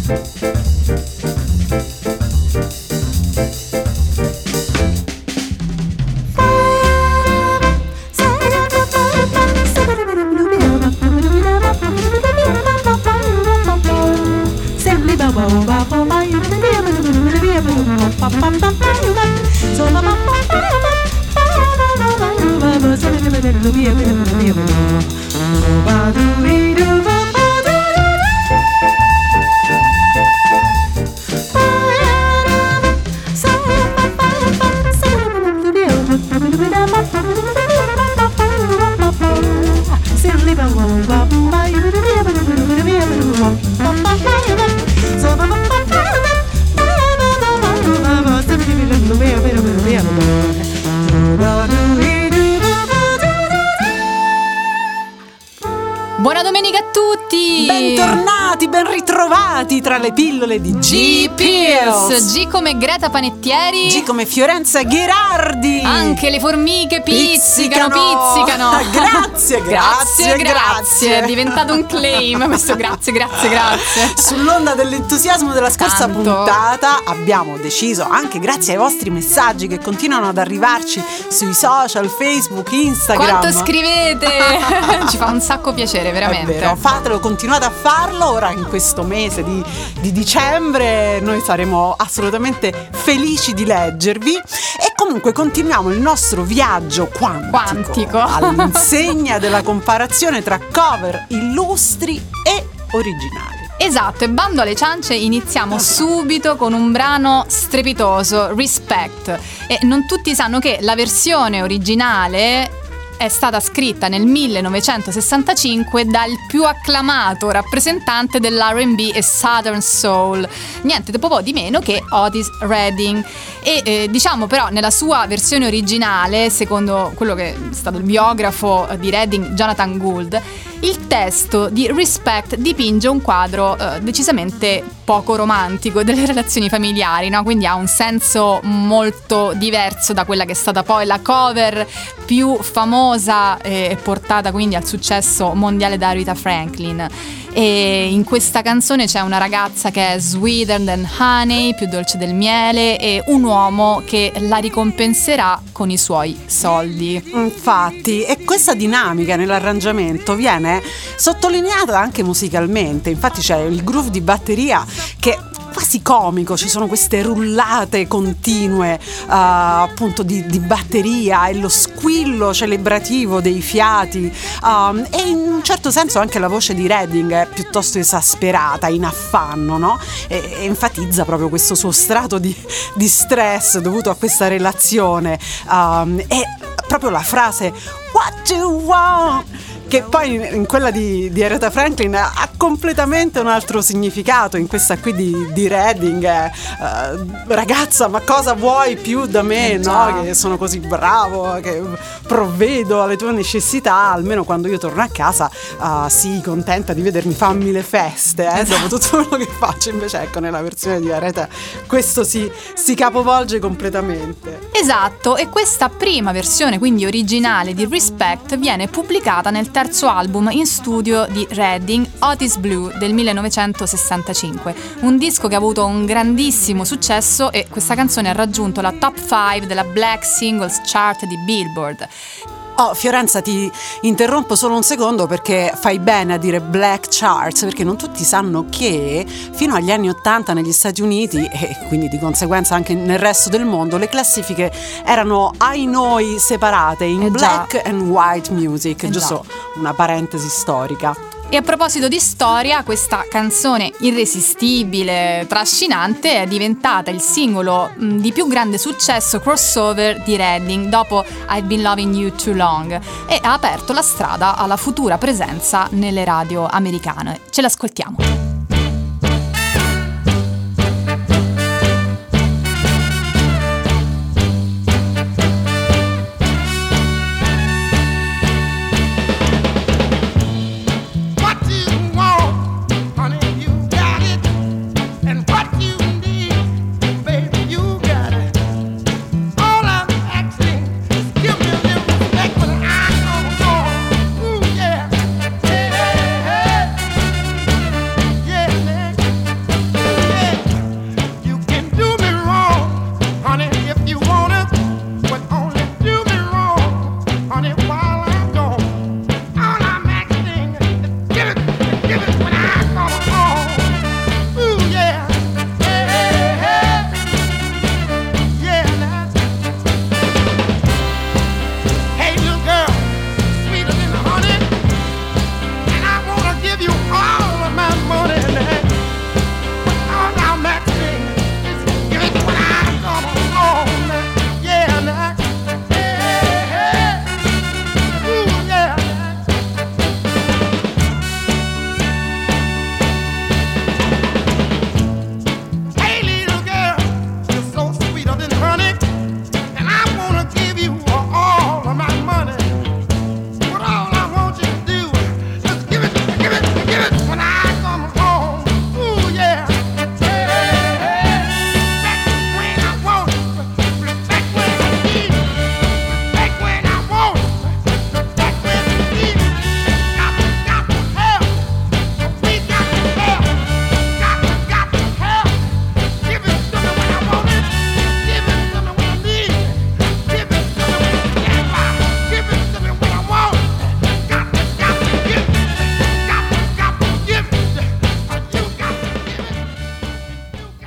Buona domenica a tutti! Bentornati, ben ritrovati tra le pillole di G Pills. G come Greta Panettieri. G come Fiorenza Gherardi. Anche le formiche pizzicano. Grazie. È diventato un claim questo grazie. Sull'onda dell'entusiasmo della scorsa puntata abbiamo deciso, anche grazie ai vostri messaggi che continuano ad arrivarci sui social, Facebook, Instagram. Quanto scrivete! Ci fa un sacco piacere, veramente. È vero, fatelo, continuate a farlo. Ora in questo mese di dicembre noi saremo assolutamente felici di leggervi. E comunque continuiamo il nostro viaggio quantico. All'insegna della comparazione tra cover illustri e originali. Esatto, e bando alle ciance, iniziamo subito con un brano strepitoso, Respect. E non tutti sanno che la versione originale è stata scritta nel 1965 dal più acclamato rappresentante dell'R&B e Southern Soul, niente po' di meno che Otis Redding. E diciamo però nella sua versione originale, secondo quello che è stato il biografo di Redding, Jonathan Gould, il testo di Respect dipinge un quadro decisamente poco romantico delle relazioni familiari, no? Quindi ha un senso molto diverso da quella che è stata poi la cover più famosa e portata quindi al successo mondiale da Aretha Franklin. E in questa canzone c'è una ragazza che è sweeter than honey, più dolce del miele, e un uomo che la ricompenserà con i suoi soldi. Infatti, e questa dinamica nell'arrangiamento viene sottolineata anche musicalmente. Infatti c'è il groove di batteria che quasi comico, ci sono queste rullate continue appunto di batteria e lo squillo celebrativo dei fiati, e in un certo senso anche la voce di Redding è piuttosto esasperata, in affanno, no? E enfatizza proprio questo suo strato di stress dovuto a questa relazione, e proprio la frase "What you want", che poi in quella di Aretha Franklin ha completamente un altro significato. In questa qui di Redding ragazza, ma cosa vuoi più da me, no? Che sono così bravo, che provvedo alle tue necessità, almeno quando io torno a casa sii contenta di vedermi farmi le feste, dopo tutto quello che faccio. Invece ecco, nella versione di Aretha questo si capovolge completamente. Esatto, e questa prima versione, quindi originale, di Respect viene pubblicata nel terzo album in studio di Redding, Otis Blue, del 1965, un disco che ha avuto un grandissimo successo, e questa canzone ha raggiunto la top 5 della Black Singles Chart di Billboard. Oh, Fiorenza, ti interrompo solo un secondo perché fai bene a dire Black Charts, perché non tutti sanno che fino agli anni 80 negli Stati Uniti, e quindi di conseguenza anche nel resto del mondo, le classifiche erano ai noi separate in black and white music, giusto una parentesi storica. E a proposito di storia, questa canzone irresistibile, trascinante, è diventata il singolo di più grande successo crossover di Redding dopo I've Been Loving You Too Long, e ha aperto la strada alla futura presenza nelle radio americane. Ce l'ascoltiamo.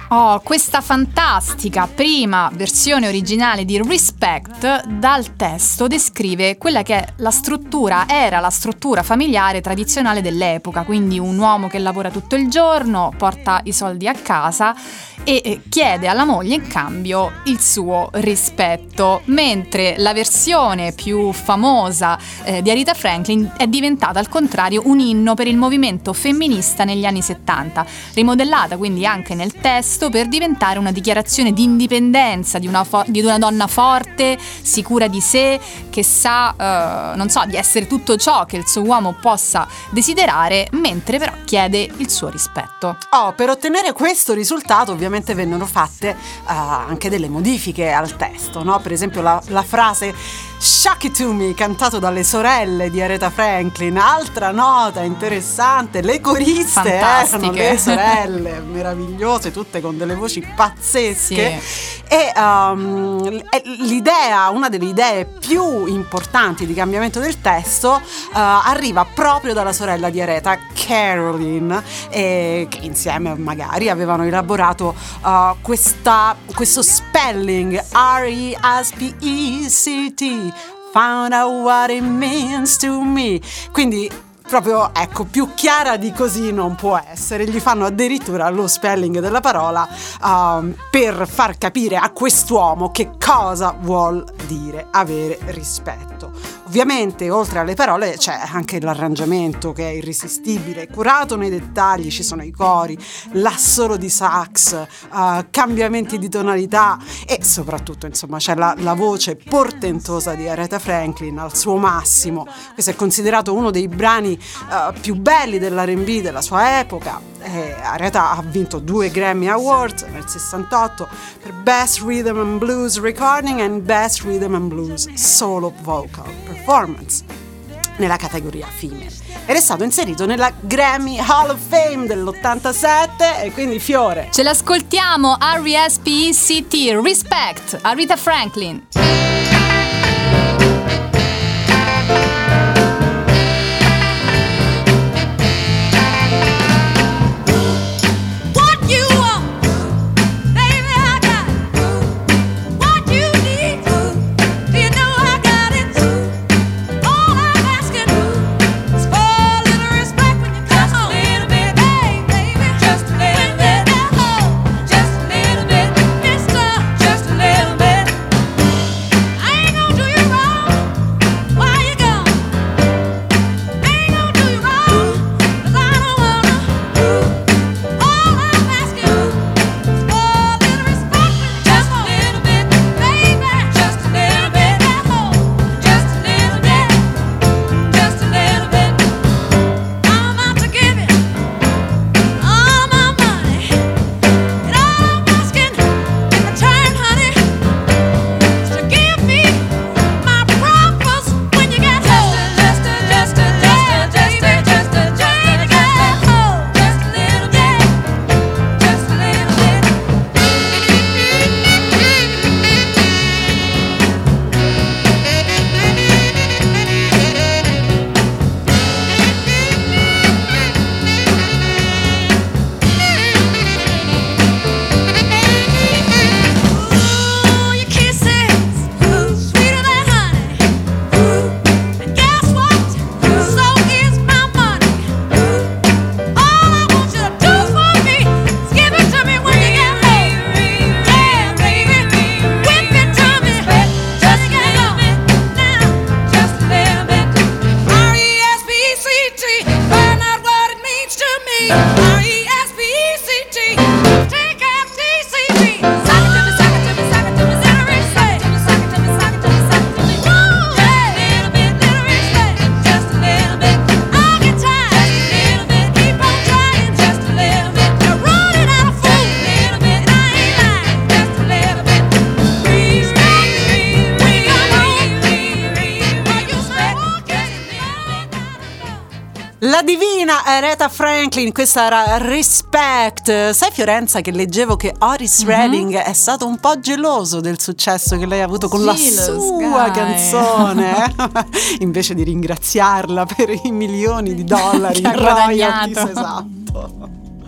Oh, questa fantastica prima versione originale di Respect dal testo descrive quella che era la struttura familiare tradizionale dell'epoca, quindi un uomo che lavora tutto il giorno, porta i soldi a casa e chiede alla moglie in cambio il suo rispetto, mentre la versione più famosa di Aretha Franklin è diventata al contrario un inno per il movimento femminista negli anni 70, rimodellata quindi anche nel testo per diventare una dichiarazione di indipendenza di una donna forte, sicura di sé, che sa di essere tutto ciò che il suo uomo possa desiderare, mentre però chiede il suo rispetto. Per ottenere questo risultato ovviamente vennero fatte anche delle modifiche al testo, no? Per esempio la frase "Shock It To Me", cantato dalle sorelle di Aretha Franklin, altra nota interessante, le coriste erano le sorelle meravigliose, tutte con delle voci pazzesche, sì. E una delle idee più importanti di cambiamento del testo arriva proprio dalla sorella di Aretha, Caroline, che insieme magari avevano elaborato questo spelling RESPECT, found out what it means to me. Quindi proprio, ecco, più chiara di così non può essere. Gli fanno addirittura lo spelling della parola per far capire a quest'uomo che cosa vuol dire avere rispetto. Ovviamente, oltre alle parole, c'è anche l'arrangiamento che è irresistibile, curato nei dettagli, ci sono i cori, l'assolo di sax, cambiamenti di tonalità e soprattutto, insomma, c'è la voce portentosa di Aretha Franklin al suo massimo. Questo è considerato uno dei brani più belli dell'R&B della sua epoca. Aretha ha vinto 2 Grammy Awards nel 68 per Best Rhythm and Blues Recording and Best Rhythm and Blues Solo Vocal Performance nella categoria Female, ed è stato inserito nella Grammy Hall of Fame dell'87 e quindi fiore. Ce l'ascoltiamo, RESPECT, Respect, Aretha Franklin. La divina Aretha Franklin, questa era Respect. Sai, Fiorenza, che leggevo che Otis Redding è stato un po' geloso del successo che lei ha avuto con la sua canzone, invece di ringraziarla per i milioni di dollari in royalties. Esatto.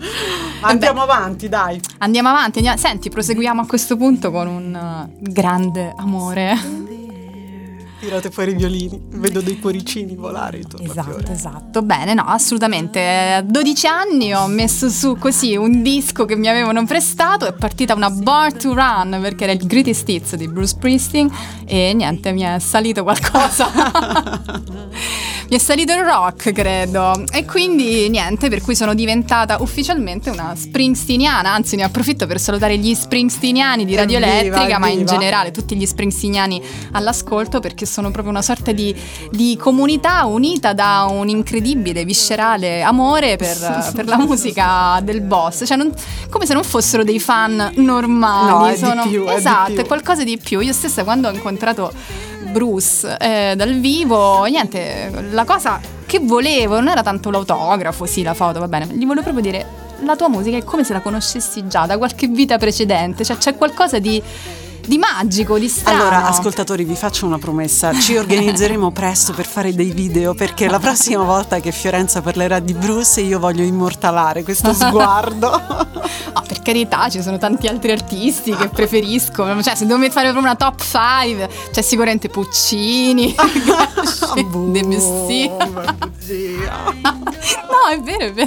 Andiamo avanti, dai. Andiamo avanti. Senti, proseguiamo a questo punto con un grande amore. Tirate fuori i violini, vedo dei cuoricini volare intorno a Fiore. Esatto. Bene, no, assolutamente. A 12 anni ho messo su così un disco che mi avevano prestato, è partita una Born to Run, perché era il Greatest Hits di Bruce Springsteen, e niente, mi è salito qualcosa. Mi è salito il rock, credo, e quindi niente, per cui sono diventata ufficialmente una springsteeniana. Anzi, ne approfitto per salutare gli springsteeniani di Radio Elettrica, ma in generale tutti gli springsteeniani all'ascolto, perché sono proprio una sorta di comunità unita da un incredibile, viscerale amore per la musica del boss. Cioè, come se non fossero dei fan normali. No, è di più, esatto, è è qualcosa di più. Io stessa, quando ho incontrato Bruce dal vivo, niente, la cosa che volevo non era tanto l'autografo, sì, la foto, va bene, gli volevo proprio dire: la tua musica è come se la conoscessi già da qualche vita precedente, cioè c'è qualcosa di magico, di strano. Allora, ascoltatori, vi faccio una promessa: ci organizzeremo presto per fare dei video, perché la prossima volta che Fiorenza parlerà di Bruce io voglio immortalare questo sguardo. Per carità, ci sono tanti altri artisti che preferisco, cioè se devo fare proprio una top 5 c'è sicuramente Puccini, Debussy. No, è vero.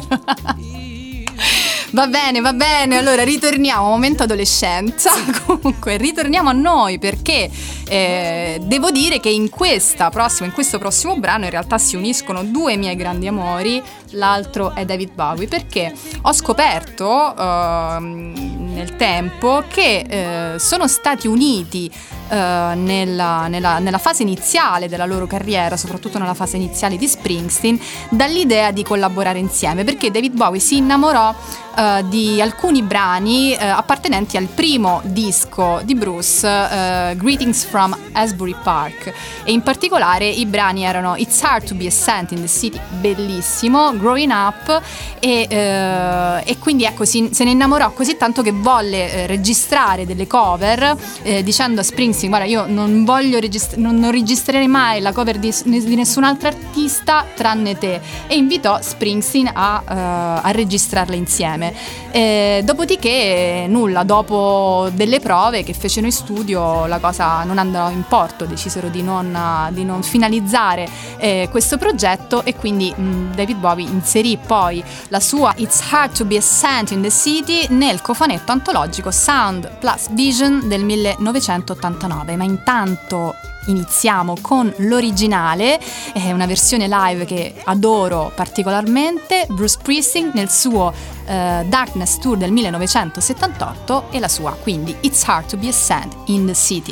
Va bene, allora ritorniamo, momento adolescenza. Comunque ritorniamo a noi, perché devo dire che in questo prossimo brano in realtà si uniscono due miei grandi amori. L'altro è David Bowie, perché ho scoperto nel tempo che sono stati uniti nella fase iniziale della loro carriera, soprattutto nella fase iniziale di Springsteen, dall'idea di collaborare insieme, perché David Bowie si innamorò di alcuni brani appartenenti al primo disco di Bruce, Greetings from Asbury Park, e in particolare i brani erano It's Hard to be a Saint in the City, bellissimo, Growing Up, e quindi ecco, se ne innamorò così tanto che volle registrare delle cover, dicendo a Springsteen: guarda, io non voglio non registrerei mai la cover di nessun altro artista tranne te, e invitò Springsteen a registrarla insieme. Dopodiché nulla, dopo delle prove che fecero in studio, la cosa non andò in porto, decisero di non finalizzare questo progetto, e quindi David Bowie inserì poi la sua It's Hard to be a Saint in the City nel cofanetto antologico Sound Plus Vision del 1989. Ma intanto iniziamo con l'originale, è una versione live che adoro particolarmente, Bruce Springsteen nel suo Darkness Tour del 1978, e la sua quindi It's Hard to be a Saint in the City.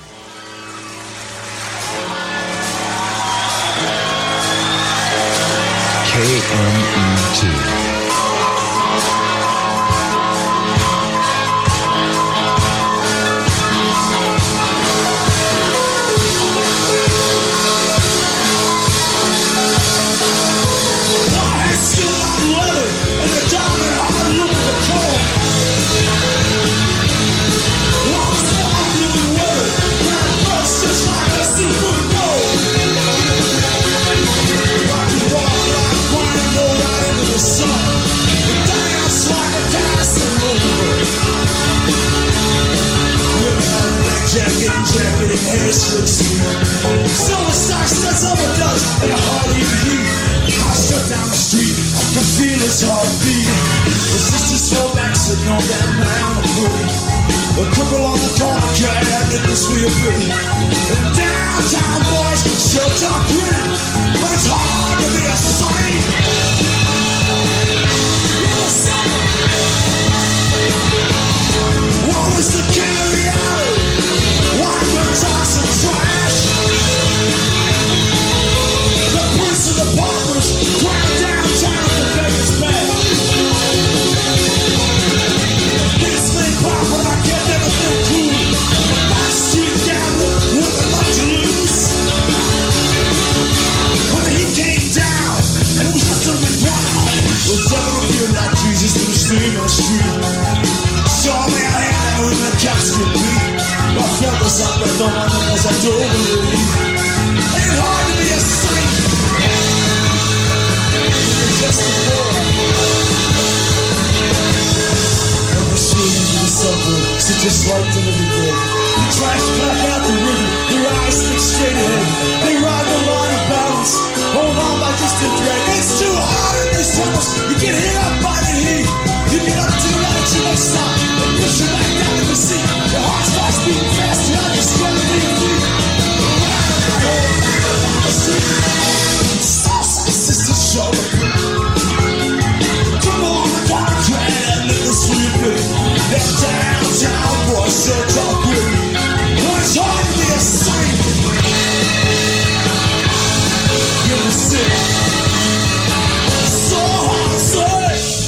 KMET. Someone starts, that's overdose, and I hardly believe. I shut down the street, I can feel his heartbeat. The sisters fall back, sitting on that mound of wood. The cripple on the corner, dragged in this wheel pretty. And downtown boys still talk grin, but it's hard to be a saint. What was the king of the alley? White men talk some trash. The prince of the paupers cracked downtown at the Vegas Bay. This thing pop when I get everything cool. My street gambler with a lot to lose. When the heat came down and it was nothing but brown, the devil appeared like Jesus in the street on the street. Saw me out here when the cops get beat. My feathers up and on my knees, I don't believe. Ain't hard to be a saint. You're just a boy. So just like them every day. You trash back out the river, your eyes stick straight ahead. They ride the line of balance, hold on by just a thread. It's too hard in this house, you get hit up by the heat. You get up to the ledge, you may stop, and push you back down to the seat. Your heart starts beating faster, and you're struggling to your feet. Southside Sisters show. Come on, I got a plan, and let us sweep it. That downtown boy said talk with me. Well, it's hard to be a saint. You're sick. So hard to say.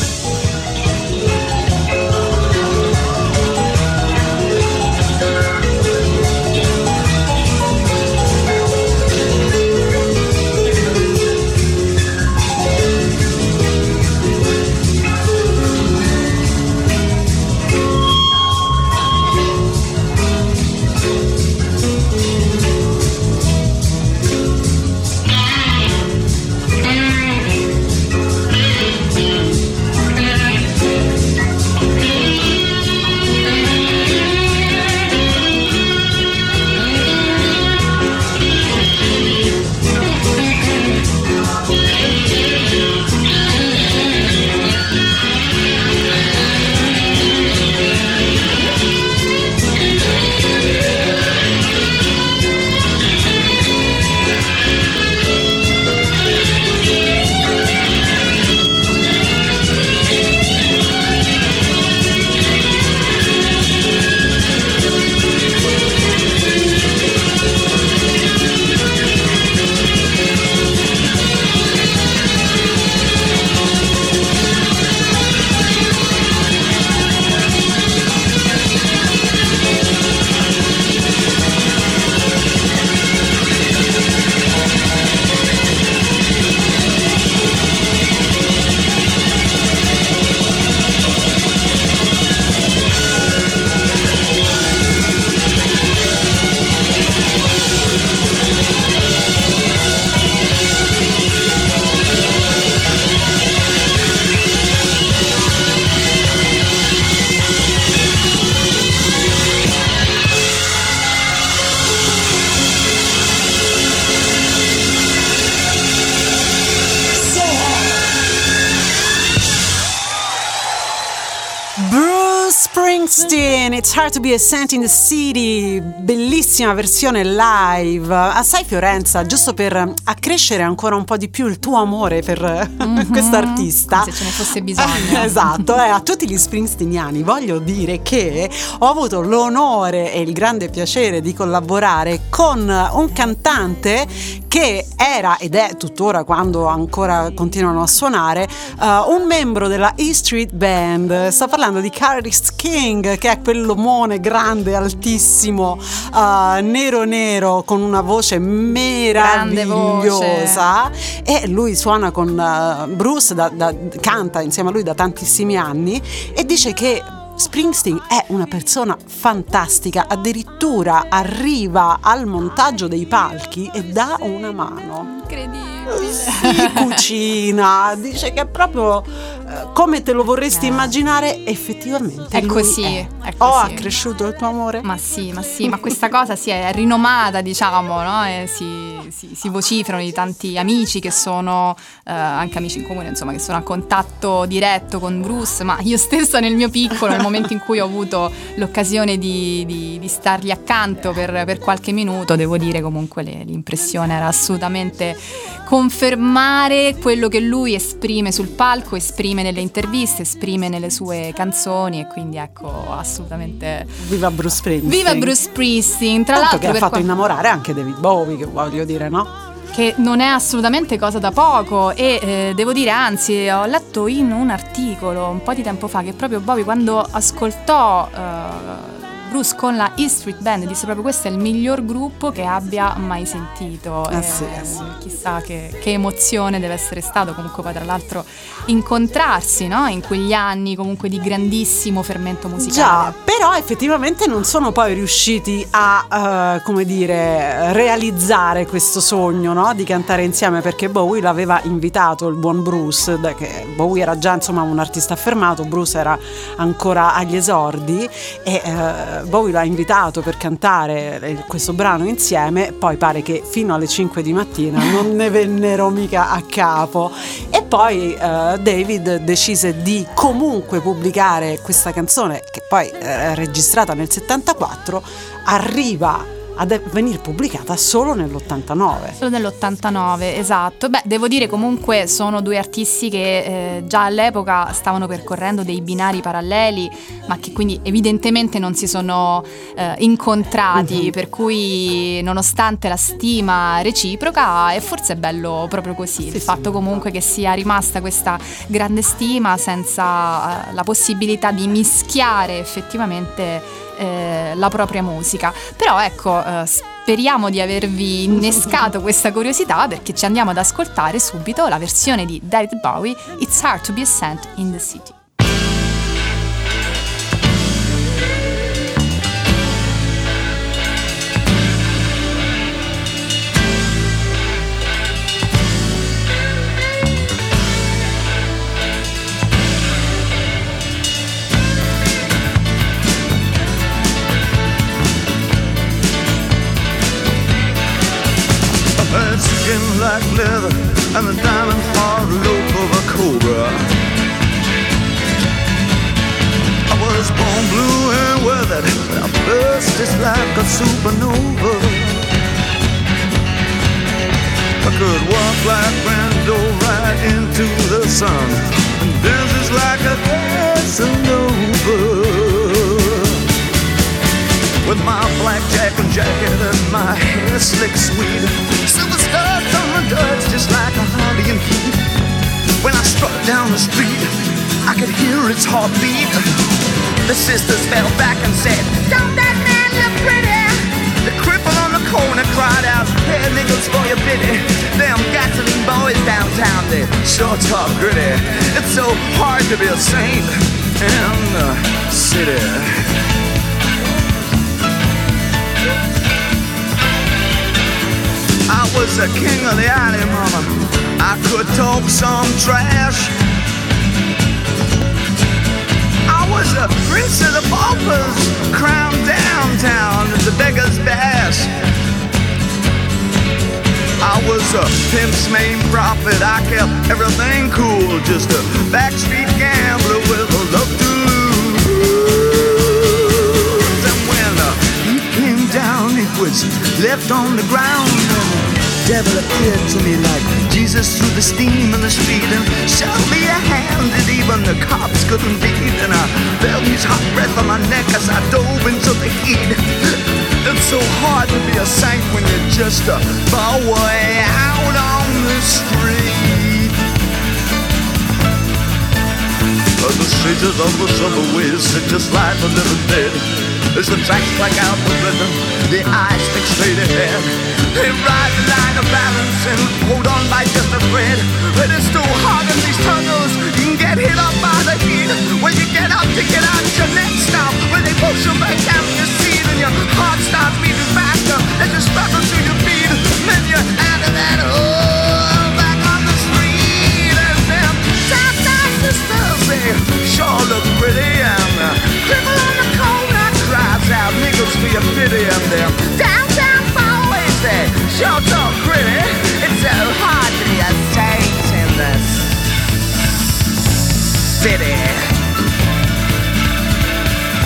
Springsteen, It's Hard to Be a Saint in the City, bellissima versione live. Assai Fiorenza, giusto per accrescere ancora un po' di più il tuo amore per quest'artista. Se ce ne fosse bisogno. Esatto, a tutti gli springsteeniani voglio dire che ho avuto l'onore e il grande piacere di collaborare con un cantante che era ed è tuttora, quando ancora continuano a suonare, un membro della E Street Band. Sto parlando di Curtis King, che è quell'omone grande, altissimo, nero con una voce meravigliosa, e lui suona con Bruce, canta insieme a lui da tantissimi anni, e dice che Springsteen è una persona fantastica, addirittura arriva al montaggio dei palchi e dà una mano. Incredibile. Si cucina, dice che è proprio come te lo vorresti immaginare, effettivamente. È così, è. è così. Ha cresciuto il tuo amore? Ma sì, ma questa cosa si è rinomata, diciamo, no? E si vociferano di tanti amici che sono anche amici in comune, insomma, che sono a contatto diretto con Bruce, ma io stessa nel mio piccolo, nel momento in cui ho avuto l'occasione di stargli accanto per qualche minuto, devo dire comunque l'impressione era assolutamente confermare quello che lui esprime sul palco, esprime nelle interviste, esprime nelle sue canzoni, e quindi ecco, assolutamente viva Bruce Springsteen. Viva Bruce Springsteen, tra tanto l'altro che ha fatto innamorare anche David Bowie, che voglio dire, no? Che non è assolutamente cosa da poco, e devo dire, anzi, ho letto in un articolo un po' di tempo fa che proprio Bowie, quando ascoltò Bruce con la E Street Band, disse proprio: questo è il miglior gruppo che abbia mai sentito. Sì. Chissà che emozione deve essere stato comunque poi, tra l'altro, incontrarsi, no? In quegli anni comunque di grandissimo fermento musicale. Già, Però effettivamente non sono poi riusciti a come dire, realizzare questo sogno, no? Di cantare insieme, perché Bowie l'aveva invitato, il buon Bruce, che Bowie era già insomma un artista affermato, Bruce era ancora agli esordi, e Bowie l'ha invitato per cantare questo brano insieme. Poi pare che fino alle 5 di mattina non ne vennero mica a capo, e poi David decise di comunque pubblicare questa canzone, che poi registrata nel 74, arriva a venire pubblicata solo nell'89. Solo nell'89, esatto. Beh, devo dire comunque sono due artisti che già all'epoca stavano percorrendo dei binari paralleli, ma che quindi evidentemente non si sono incontrati, per cui nonostante la stima reciproca, e forse è bello proprio così, il fatto comunque che sia rimasta questa grande stima senza la possibilità di mischiare effettivamente la propria musica. Però ecco, speriamo di avervi innescato questa curiosità, perché ci andiamo ad ascoltare subito la versione di David Bowie, It's Hard to Be a Saint in the City. Skin like leather and the diamond hard loop of a cobra. I was born blue and weathered, and I burst just like a supernova. I could walk like Brando right into the sun, and dance just like a Casanova. With my black jacket and my hair slick sweet, silver stars on the duds just like a Harley and Heat. When I struck down the street, I could hear its heartbeat. The sisters fell back and said, "Don't that man look pretty?" The cripple on the corner cried out, "Hey, nickels for your pity." Them gasoline boys downtown, they sure talk gritty. It's so hard to be a saint in the city. I was the king of the alley, mama. I could talk some trash. I was the prince of the paupers, crowned downtown at the Beggar's Bash. I was a pimp's main prophet. I kept everything cool, just a backstreet gambler with a love to lose. And when he came down, it was left on the ground. Devil appeared to me like Jesus through the steam in the street and showed me a hand that even the cops couldn't beat. And I felt his hot breath on my neck as I dove into the heat. It's so hard to be a saint when you're just a boy out on the street. But the sages of the subways sit just like the living dead. As the tracks crack out the rhythm, the eyes fix straight ahead. They ride the line of balance and hold on by just a thread. But it's too hard in these tunnels, you can get hit up by the heat. When you get up to get out your next stop, when they push you back down your seat and your heart starts beating faster as you struggle to your feet. Then you're out of that hole, back on the street. And them top-top sisters, they sure look pretty. And the cripple on the corner cries out, "Niggles for your pity." And them downtown boys, they sure talk gritty. It's so hard to be a saint in the city.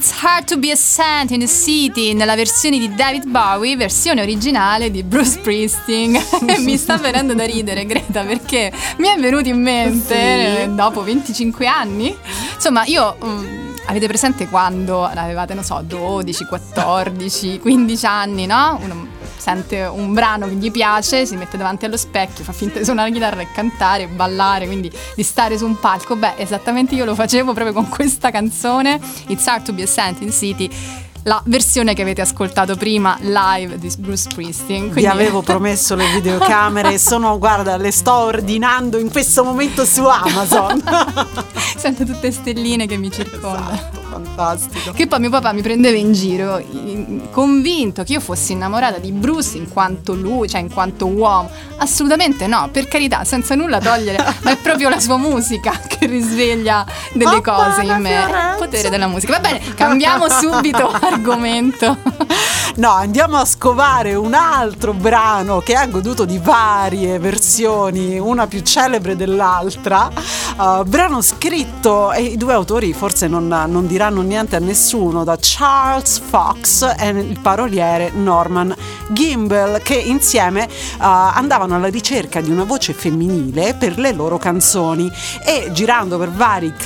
It's Hard to Be a Saint in the City nella versione di David Bowie, versione originale di Bruce Springsteen. E mi sta venendo da ridere, Greta, perché mi è venuto in mente dopo 25 anni. Insomma, io avete presente quando avevate, non so, 12, 14, 15 anni, no? Uno sente un brano che gli piace, si mette davanti allo specchio, fa finta di suonare la chitarra e cantare, ballare, quindi di stare su un palco. Beh, esattamente io lo facevo proprio con questa canzone, It's Hard to Be a Saint in the City, la versione che avete ascoltato prima live di Bruce Springsteen. Vi avevo promesso le videocamere, guarda, le sto ordinando in questo momento su Amazon. Sento tutte stelline che mi circondano. Esatto, fantastico. Che poi mio papà mi prendeva in giro, convinto che io fossi innamorata di Bruce in quanto lui, cioè in quanto uomo. Assolutamente no, per carità, senza nulla togliere, ma è proprio la sua musica che risveglia delle cose in me. Il potere della musica. Va bene, cambiamo subito argomento. No, andiamo a scovare un altro brano che ha goduto di varie versioni, una più celebre dell'altra. Brano scritto, e i due autori forse non diranno niente a nessuno, da Charles Fox e il paroliere Norman Gimbel, che insieme andavano alla ricerca di una voce femminile per le loro canzoni e girando per vari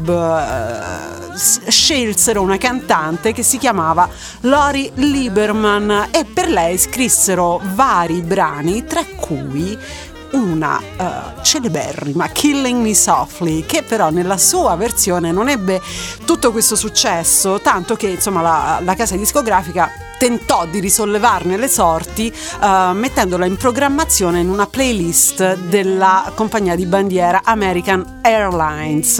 club scelsero una cantante che si chiamava Lori Lieberman e per lei scrissero vari brani, tra cui una celeberrima, Killing Me Softly, che però nella sua versione non ebbe tutto questo successo, tanto che insomma la casa discografica tentò di risollevarne le sorti mettendola in programmazione in una playlist della compagnia di bandiera American Airlines.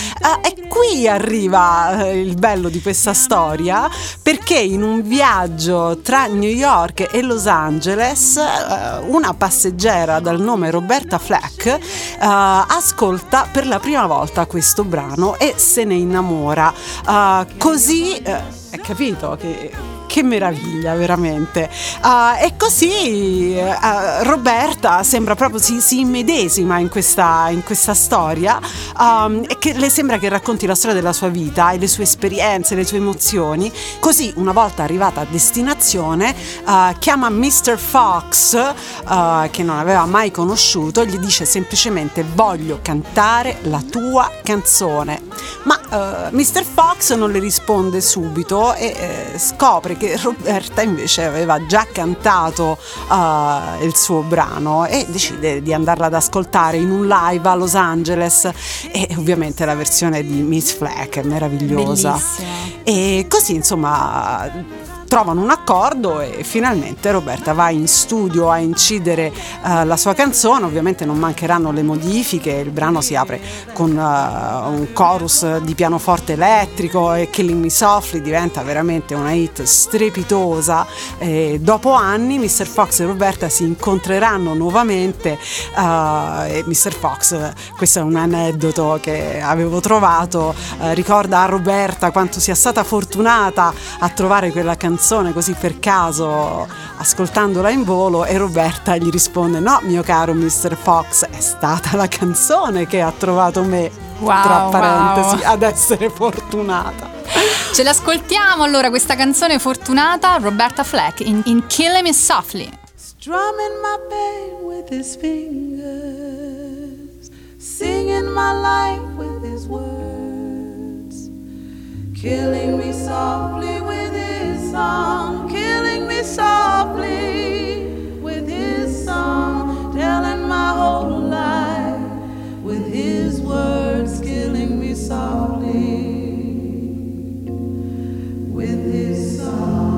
E qui arriva il bello di questa storia, perché in un viaggio tra New York e Los Angeles una passeggera dal nome Roberta Flack ascolta per la prima volta questo brano e se ne innamora. Così hai capito che meraviglia veramente. E così Roberta sembra proprio si immedesima in questa storia, e che le sembra che racconti la storia della sua vita e le sue esperienze, le sue emozioni. Così una volta arrivata a destinazione chiama Mr. Fox, che non aveva mai conosciuto, e gli dice semplicemente: voglio cantare la tua canzone. Ma Mr. Fox non le risponde subito e scopre che Roberta invece aveva già cantato il suo brano e decide di andarla ad ascoltare in un live a Los Angeles, e ovviamente la versione di Miss Flack è meravigliosa. Bellissima. E così insomma trovano un accordo e finalmente Roberta va in studio a incidere la sua canzone. Ovviamente non mancheranno le modifiche, il brano si apre con un chorus di pianoforte elettrico e Killing Me Softly diventa veramente una hit strepitosa. E dopo anni Mr. Fox e Roberta si incontreranno nuovamente e Mr. Fox, questo è un aneddoto che avevo trovato, ricorda a Roberta quanto sia stata fortunata a trovare quella canzone così per caso ascoltandola in volo, e Roberta gli risponde: no mio caro Mr. Fox, è stata la canzone che ha trovato me, tra parentesi, ad essere fortunata. Ce l'ascoltiamo allora questa canzone fortunata, Roberta Flack in Killing Me Softly. Strumming my pain with his fingers, singing my life with his words, killing me softly with his song, killing me softly with his song, telling my whole life with his words, killing me softly with his song.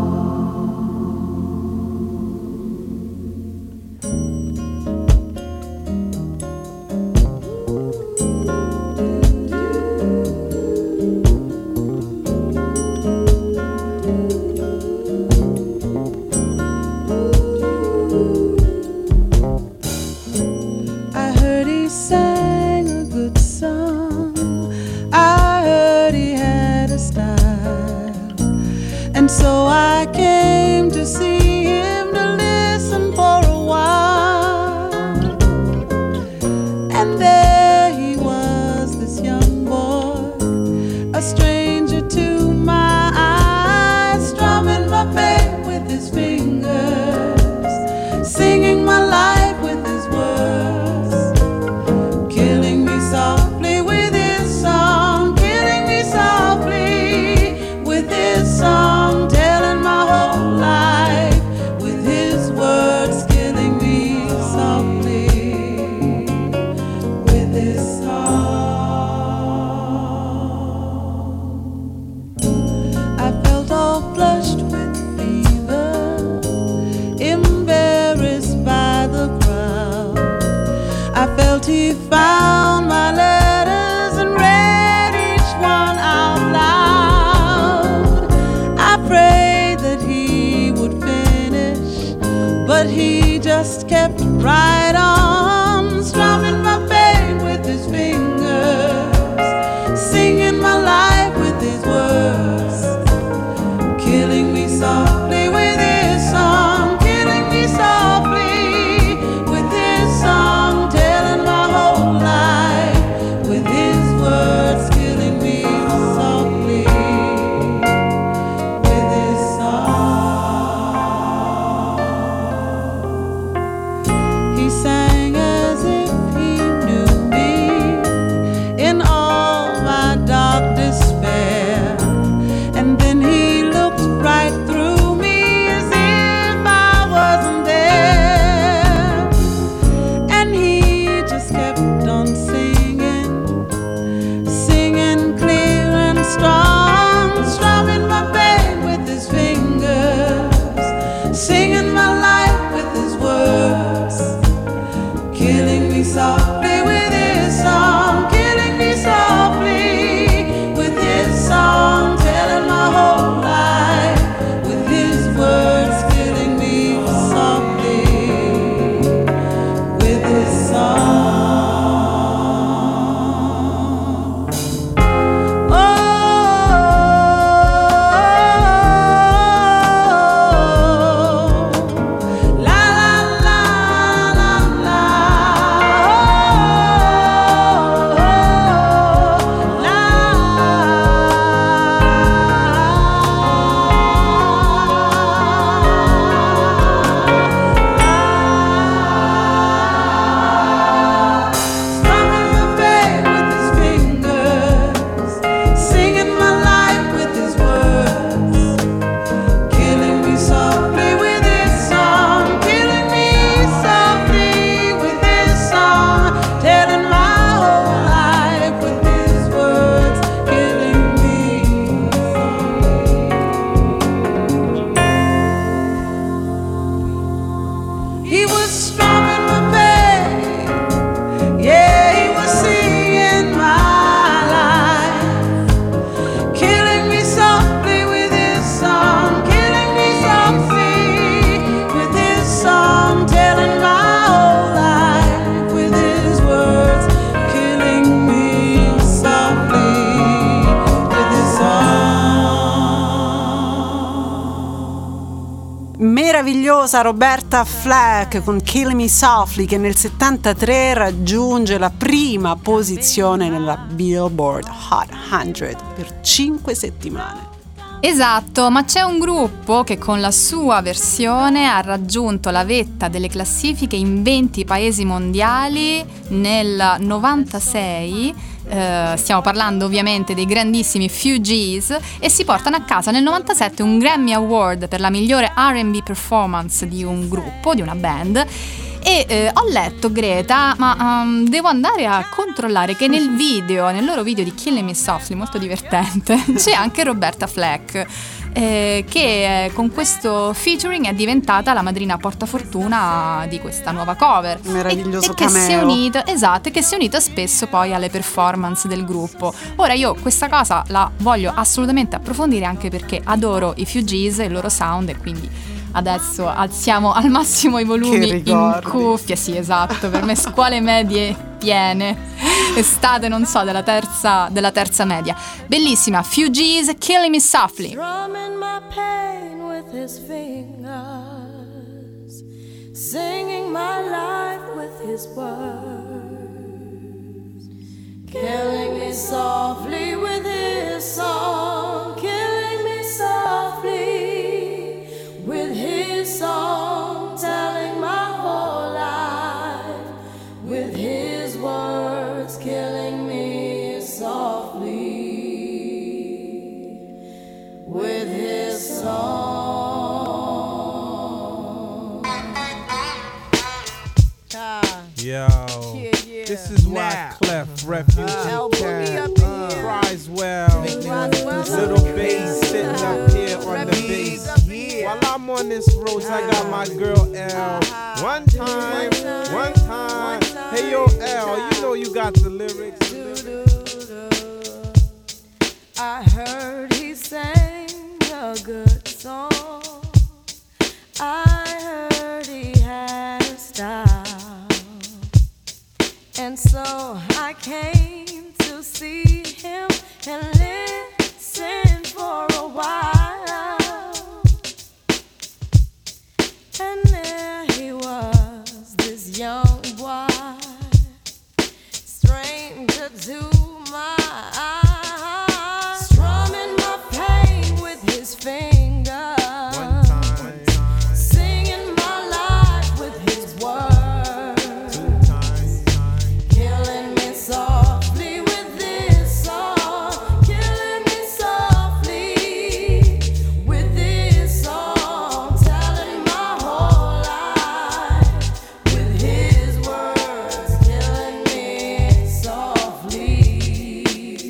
meravigliosa Roberta Flack con Kill Me Softly, che nel 73 raggiunge la prima posizione nella Billboard Hot 100 per 5 settimane. Esatto, ma c'è un gruppo che con la sua versione ha raggiunto la vetta delle classifiche in 20 paesi mondiali nel 96. Stiamo parlando ovviamente dei grandissimi Fugees, e si portano a casa nel 97 un Grammy Award per la migliore R&B performance di un gruppo, di una band. E ho letto, Greta, ma devo andare a controllare che nel loro video di Killing Me Softly, molto divertente, c'è anche Roberta Flack, che con questo featuring è diventata la madrina portafortuna di questa nuova cover. Meraviglioso e che si è cameo. unita, esatto, e che si è unita spesso poi alle performance del gruppo. Ora io questa cosa la voglio assolutamente approfondire, anche perché adoro i Fugees e il loro sound, e quindi adesso alziamo al massimo i volumi in cuffia. Sì, esatto, per me scuole medie piene, estate non so, della terza media. Bellissima, Fugees, Killing Me Softly. Drumming my pain with his fingers, singing my life with his words, killing me softly with his song, killing me softly with his song, telling my whole life with his words, killing me softly with his song. Yo, this is why Clef Refugee Cat cries well. Little bass sitting up here on the bass. While I'm on this road, I got my girl L. One time. Hey yo L, you know you got the lyrics. I heard he sang a good song. I heard he had a style, and so I came to see him and listen for a while. And there he was, this young boy, stranger to my eyes, strumming my pain with his fingers, singing my life with his words, killing me softly with this song, killing me softly with this song, telling my whole life with his words, killing me softly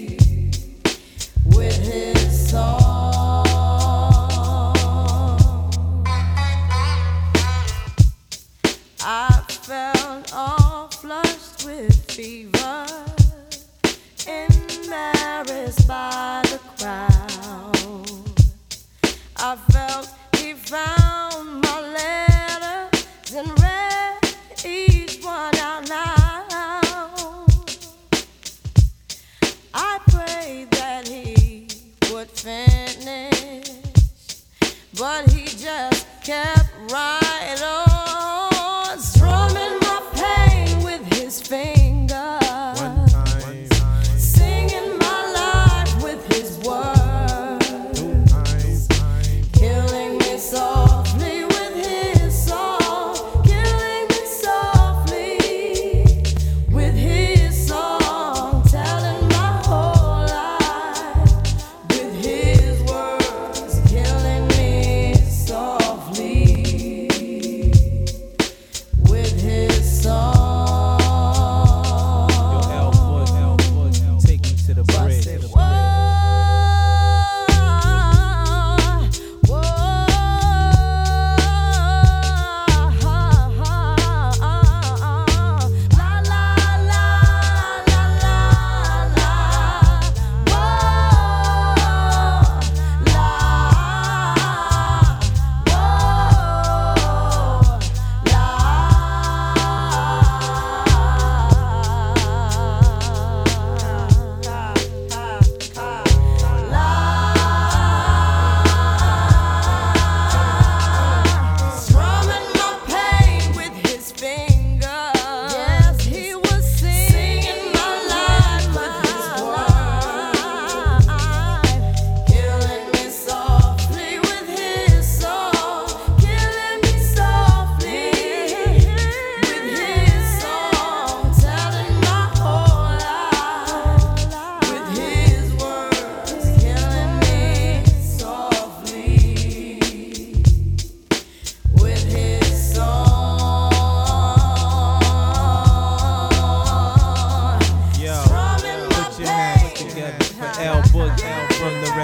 with his song. I felt all flushed with fever, embarrassed by the crowd. I felt he found my letters and read each one out loud. I prayed that he would finish, but he just kept right on, strumming my pain with his fingers, singing my life with his words, killing me softly with his song, killing me softly with his song, telling my whole life with his words, killing me softly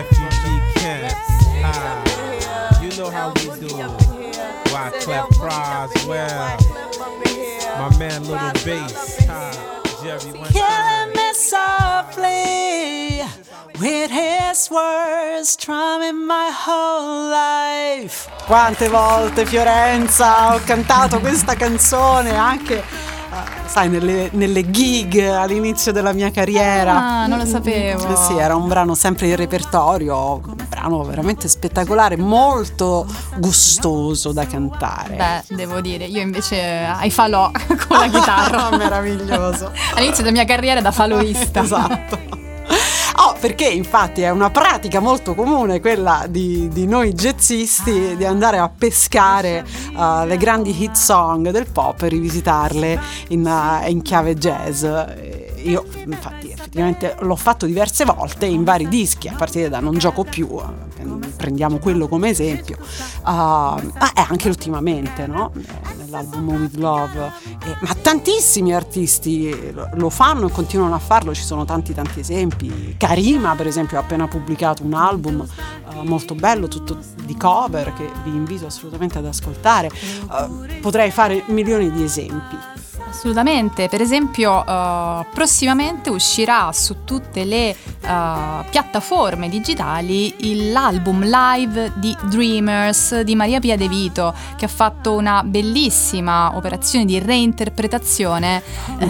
refugee camps. You know how we do. Wyclef Croswell, my man Little Bass, Jerry one Killing me softly with his words, strumming my whole life. Quante volte, Fiorenza, ho cantato questa canzone anche, sai, nelle gig all'inizio della mia carriera. Ah, non lo sapevo. Sì, era un brano sempre in repertorio, un brano veramente spettacolare, molto gustoso da cantare. Beh, devo dire, io invece ai falò con la chitarra. Meraviglioso. All'inizio della mia carriera da faloista. Esatto. Oh, perché infatti è una pratica molto comune quella di noi jazzisti di andare a pescare le grandi hit song del pop e rivisitarle in chiave jazz. Io infatti effettivamente l'ho fatto diverse volte in vari dischi, a partire da Non gioco più, prendiamo quello come esempio, e anche ultimamente, no? Nell'album With Love, ma tantissimi artisti lo fanno e continuano a farlo, ci sono tanti esempi. Karima per esempio ha appena pubblicato un album molto bello, tutto di cover, che vi invito assolutamente ad ascoltare. Potrei fare milioni di esempi. Assolutamente, per esempio prossimamente uscirà su tutte le piattaforme digitali l'album live di Dreamers di Maria Pia De Vito, che ha fatto una bellissima operazione di reinterpretazione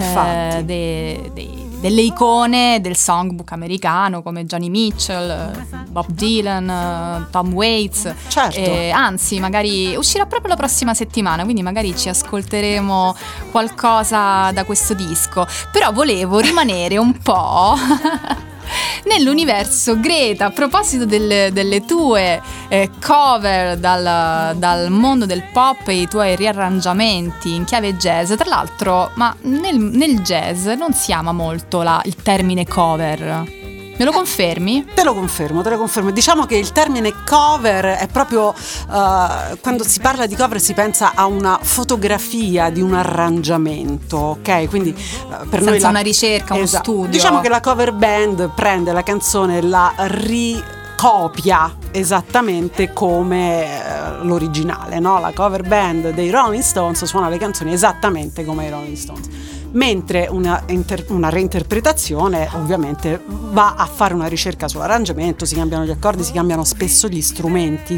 delle icone del songbook americano come Joni Mitchell, Bob Dylan, Tom Waits. Certo. Anzi, magari uscirà proprio la prossima settimana, quindi magari ci ascolteremo qualcosa da questo disco. Però volevo rimanere un po' nell'universo Greta, a proposito delle tue cover dal mondo del pop e i tuoi riarrangiamenti in chiave jazz. Tra l'altro, ma nel jazz non si ama molto il termine cover. Me lo confermi? Te lo confermo. Diciamo che il termine cover è proprio quando si parla di cover si pensa a una fotografia di un arrangiamento, ok? Quindi per noi senza una ricerca, uno studio. Diciamo che la cover band prende la canzone e la ricopia esattamente come l'originale, no? La cover band dei Rolling Stones suona le canzoni esattamente come i Rolling Stones, mentre una reinterpretazione ovviamente va a fare una ricerca sull'arrangiamento, si cambiano gli accordi, si cambiano spesso gli strumenti,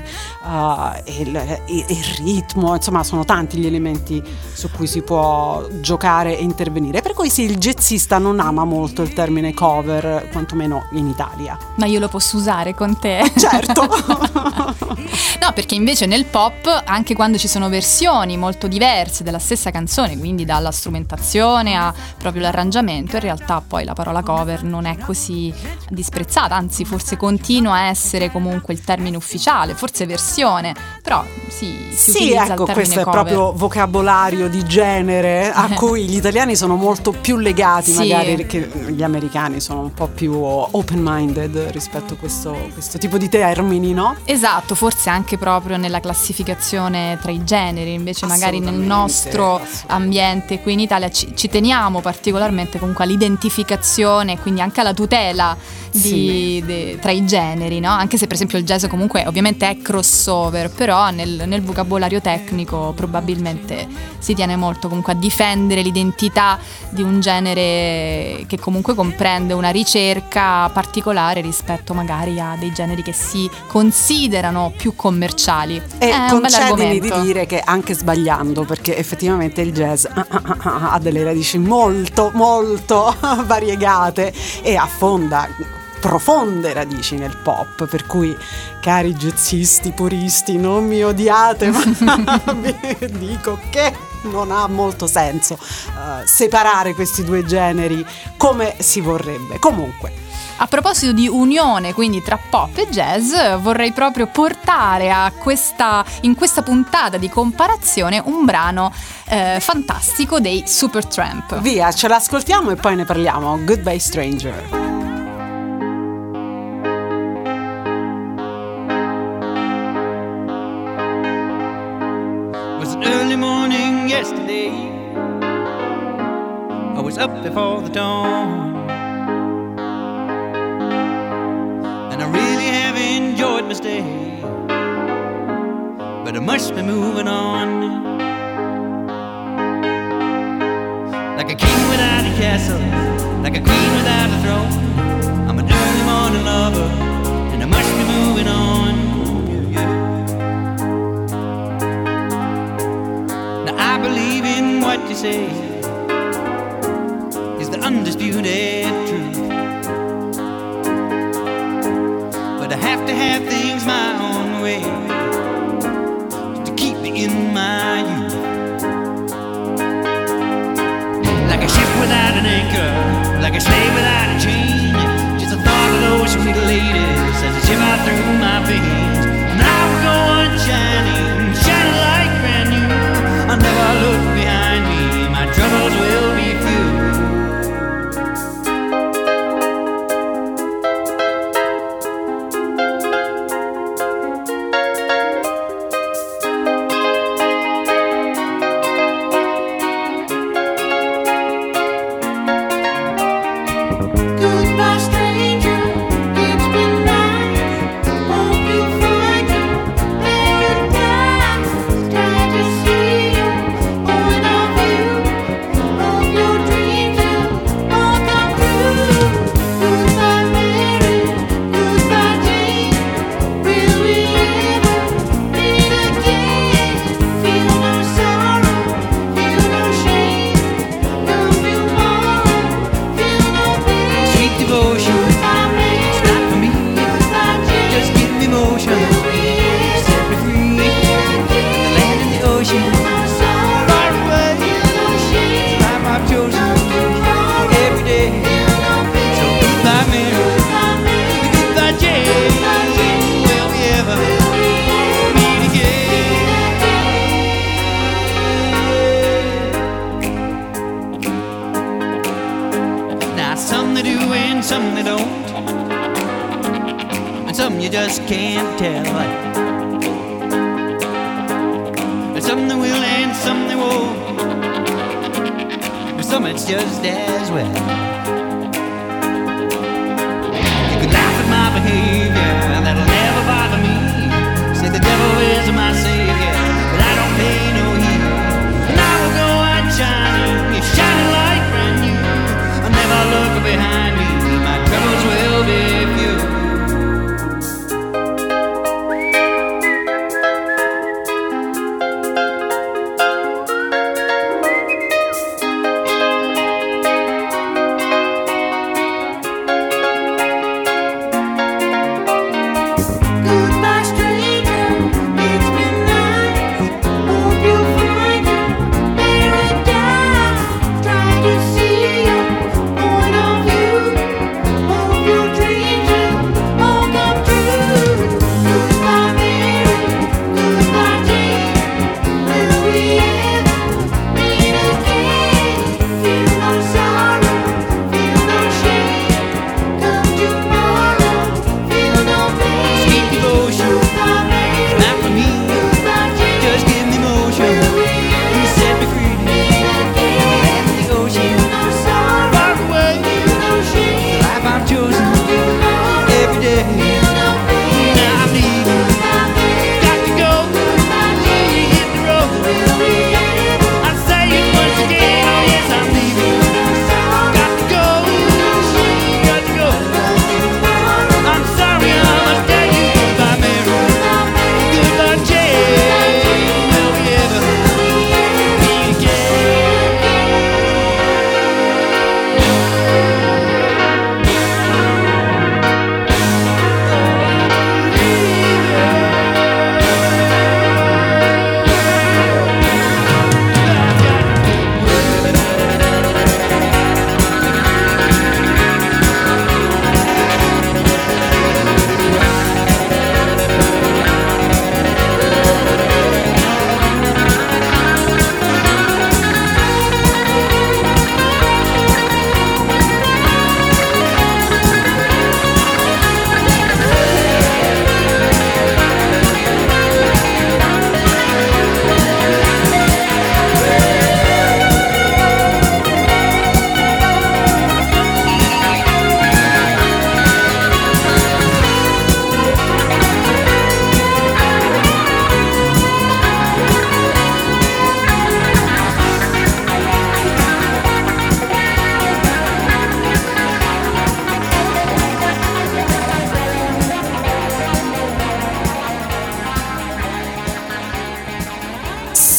il ritmo, insomma sono tanti gli elementi su cui si può giocare e intervenire, per cui sì, il jazzista non ama molto il termine cover, quantomeno in Italia. Ma io lo posso usare con te? Certo. No, perché invece nel pop, anche quando ci sono versioni molto diverse della stessa canzone, quindi dalla strumentazione a proprio l'arrangiamento, in realtà poi la parola cover non è così disprezzata, anzi forse continua a essere comunque il termine ufficiale, forse versione, però si utilizza il termine questo cover. è proprio vocabolario di genere a cui gli italiani sono molto più legati, Sì. magari, perché gli americani sono un po' più open-minded rispetto a questo tipo di termini, no? Esatto, forse anche proprio nella classificazione tra i generi, invece magari nel nostro ambiente qui in Italia ci teniamo particolarmente comunque all'identificazione, quindi anche alla tutela tra i generi, no? Anche se per esempio il jazz comunque ovviamente è crossover, però nel vocabolario tecnico probabilmente si tiene molto comunque a difendere l'identità di un genere che comunque comprende una ricerca particolare rispetto magari a dei generi che si considerano più commerciali. E è un bel concedimi di argomento. dire che anche sbagliando, perché effettivamente il jazz ha delle radici molto molto variegate e affonda profonde radici nel pop, per cui cari jazzisti puristi non mi odiate, ma vi dico che non ha molto senso separare questi due generi come si vorrebbe. Comunque, a proposito di unione quindi tra pop e jazz, vorrei proprio portare in questa puntata di comparazione un brano fantastico dei Supertramp. via, ce l'ascoltiamo e poi ne parliamo. Goodbye Stranger. Early morning yesterday, I was up before the dawn, and I really haven't but I must be moving on. Like a king without a castle, like a queen without a throne. I'm an early morning lover, and I must be moving on. Now I believe in what you say is the undisputed truth, but I have to have things my own way to keep me in my youth. Like a ship without an anchor, like a slave without a chain. Just the thought of those sweet ladies as they shiver through my veins. And I will go on shining, shining like brand new. I'll never look behind me, my troubles will be few. Goodbye, stranger. It's been nice. Hope you find your paradise. Glad to see you. Point of view. Hope your dreams will all come true. Goodbye, Mary. Goodbye, Jane. Will we ever meet again? Feel no sorrow. Feel no shame. No tomorrow. Feel no pain. Sweet devotion, it's not for me. Just give me motion, set me free. The land and the ocean, far away. Time I've chosen every day. So goodbye, Mary. Goodbye, Jane. Will we ever meet again? Now some they do and some they don't, and some you just can't tell. And some they will and some they won't, but some it's just as well. You could laugh at my behavior, that'll never bother me. Say the devil is my savior, but I don't pay no heed. And I will go out shining, it's shining like brand new. I'll never look behind me, my troubles will be few.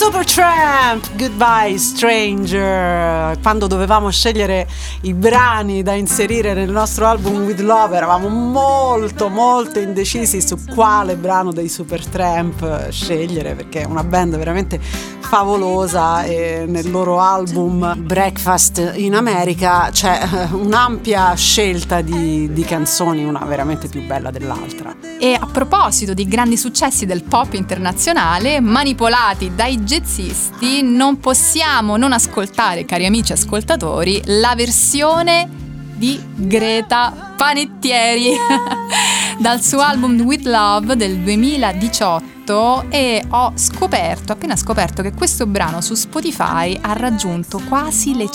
Supertramp, Goodbye Stranger. Quando dovevamo scegliere i brani da inserire nel nostro album With Love eravamo molto indecisi su quale brano dei Supertramp scegliere, perché è una band veramente favolosa e nel loro album Breakfast in America c'è un'ampia scelta di canzoni, una veramente più bella dell'altra. E a proposito di grandi successi del pop internazionale manipolati dai jazzisti, non possiamo non ascoltare, cari amici ascoltatori, la versione di Greta Panettieri dal suo album With Love del 2018. E ho appena scoperto che questo brano su Spotify ha raggiunto quasi le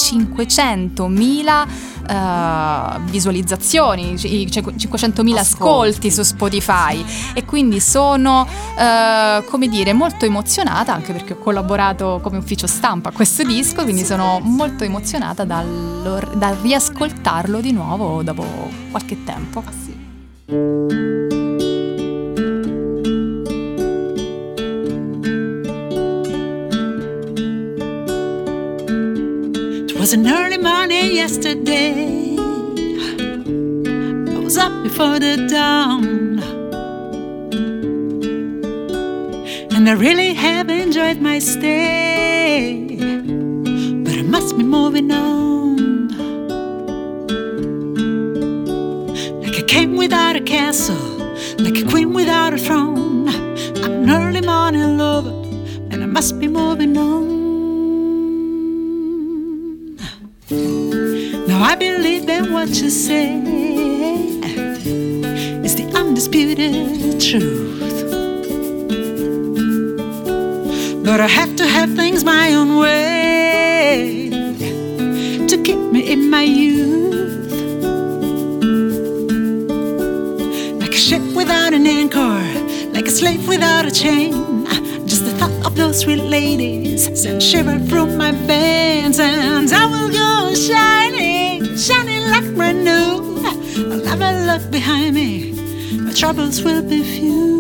500.000 visualizzazioni, 500.000 ascolti su Spotify, e quindi sono molto emozionata, anche perché ho collaborato come ufficio stampa a questo disco, quindi sono molto emozionata dal riascoltarlo di nuovo dopo qualche tempo. It was an early morning yesterday. I was up before the dawn, and I really have enjoyed my stay, but I must be moving on. Like a king without a castle, like a queen without a throne. I'm an early morning lover, and I must be moving on. Now I believe that what you say is the undisputed truth, but I have to have things my own way to keep me in my youth. Like a ship without an anchor, like a slave without a chain. Just the thought of those sweet ladies sent shiver through my veins, and I will go shining, shining like brand new. I'll never look behind me, my troubles will be few.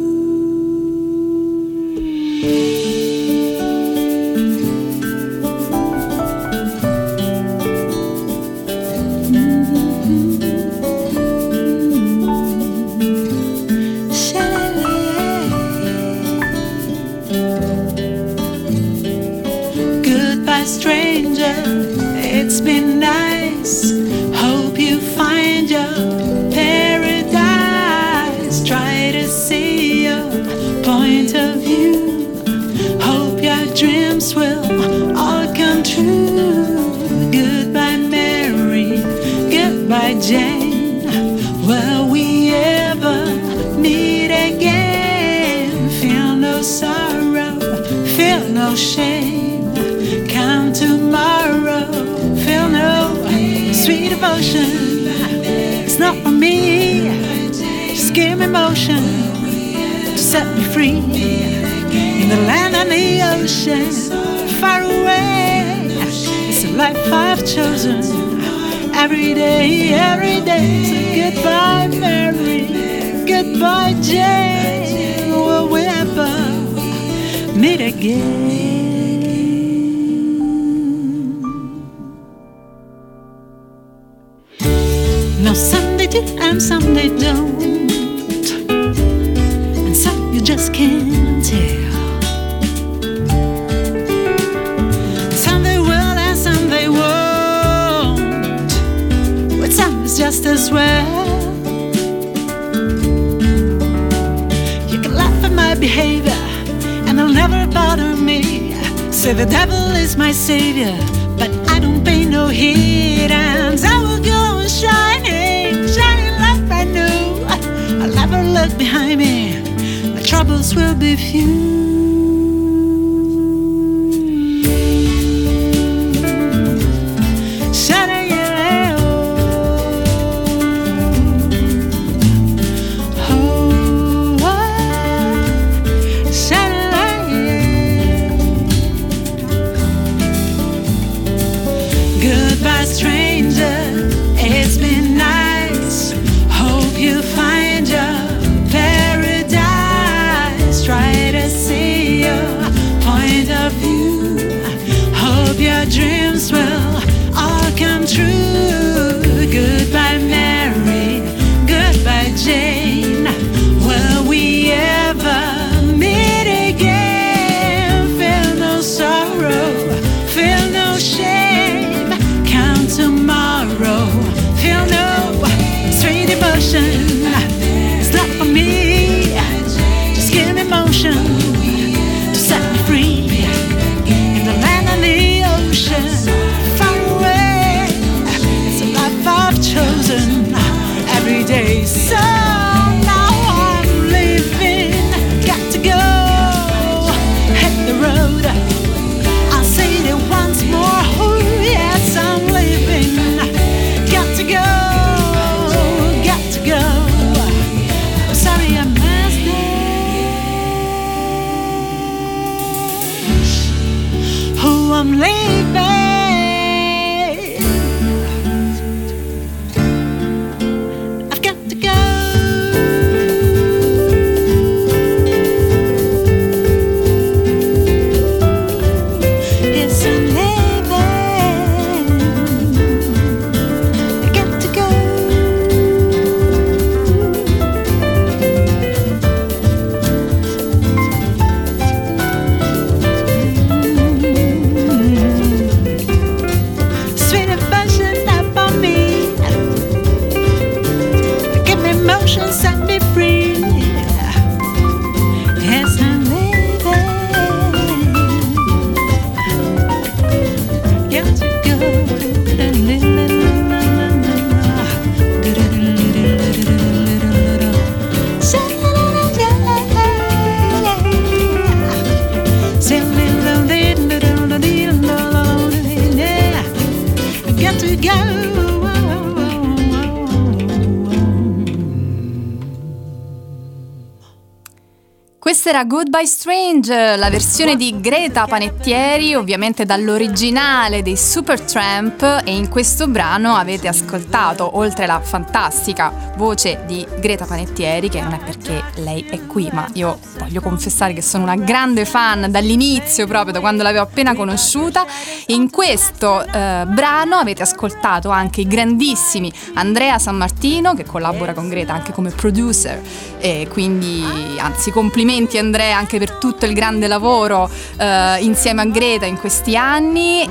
Stranger, it's been nice. Hope you find your paradise. Try to see your point of view. Hope your dreams will all come true. Goodbye, Mary. Goodbye, Jane. Will we ever meet again? Feel no sorrow, feel no shame. Come tomorrow, feel no sweet devotion. It's not for me, just give me motion to set me free. In the land and the ocean, far away, it's a life I've chosen. Every day, so goodbye Mary, goodbye Jane. Will we ever meet again? No, some they do and some they don't, and some you just can't tell. Some they will and some they won't, but some is just as well. You can laugh at my behavior and it'll never bother me. Say the devil is my savior, but I don't pay no heed, and I will go shining, shining like brand new. I'll never look behind me, my troubles will be few. Stranger, it's been nice. Hope you find your paradise. Try to see So now I'm leaving, got to go, hit the road. I'll say it once more, oh yes, I'm leaving, got to go, got to go. I'm sorry I must dash. Oh, I'm leaving. I've got to go. Yes, I'm leaving. I got to go. Sweet emotion up on me. Give me motion, set me free. Yes, I'm leaving. Got to go. Got to go. Questa era Goodbye Strange, la versione di Greta Panettieri, ovviamente dall'originale dei Supertramp, e in questo brano avete ascoltato, oltre alla fantastica voce di Greta Panettieri, che non è perché lei è qui, ma io voglio confessare che sono una grande fan dall'inizio, proprio da quando l'avevo appena conosciuta. In questo brano avete ascoltato anche i grandissimi Andrea Sammartino, che collabora con Greta anche come producer, e quindi anzi complimenti Andrea anche per tutto il grande lavoro insieme a Greta in questi anni.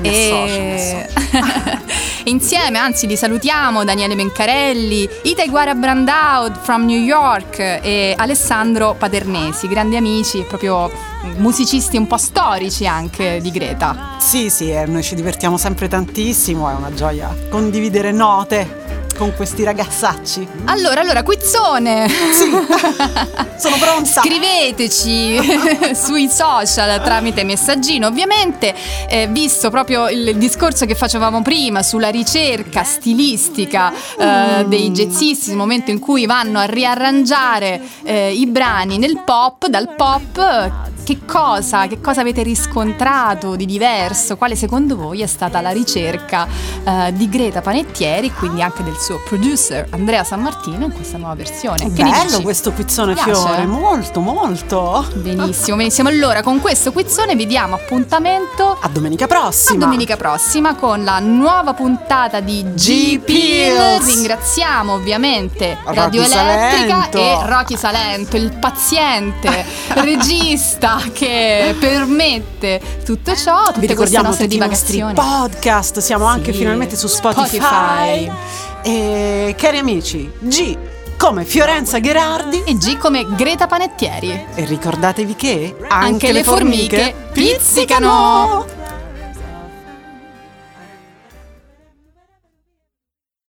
Insieme, anzi, li salutiamo Daniele Mencarelli, Itaiguara Brandao from New York e Alessandro Paternesi, grandi amici, proprio musicisti un po' storici anche di Greta. Sì, noi ci divertiamo sempre tantissimo, è una gioia condividere note con questi ragazzacci. Allora, quizzone! Sì, sono pronta! Scriveteci sui social tramite messaggino, ovviamente, visto proprio il discorso che facevamo prima sulla ricerca stilistica dei jazzisti, nel momento in cui vanno a riarrangiare i brani nel pop, dal pop. Che cosa avete riscontrato di diverso? Quale secondo voi è stata la ricerca di Greta Panettieri, quindi anche del suo producer Andrea Sammartino in questa nuova versione? Che bello questo quizzone, Fiore, molto molto. Benissimo. Allora, con questo quizzone vi diamo appuntamento a domenica prossima con la nuova puntata di G-Pills. Ringraziamo ovviamente Radio Elettrica e Rocky Salento, il paziente regista che permette tutto ciò, tutte vi ricordiamo queste nostre tutti divagazioni. I nostri podcast, siamo anche finalmente su Spotify. E cari amici, G come Fiorenza Gherardi e G come Greta Panettieri. E ricordatevi che anche le formiche pizzicano.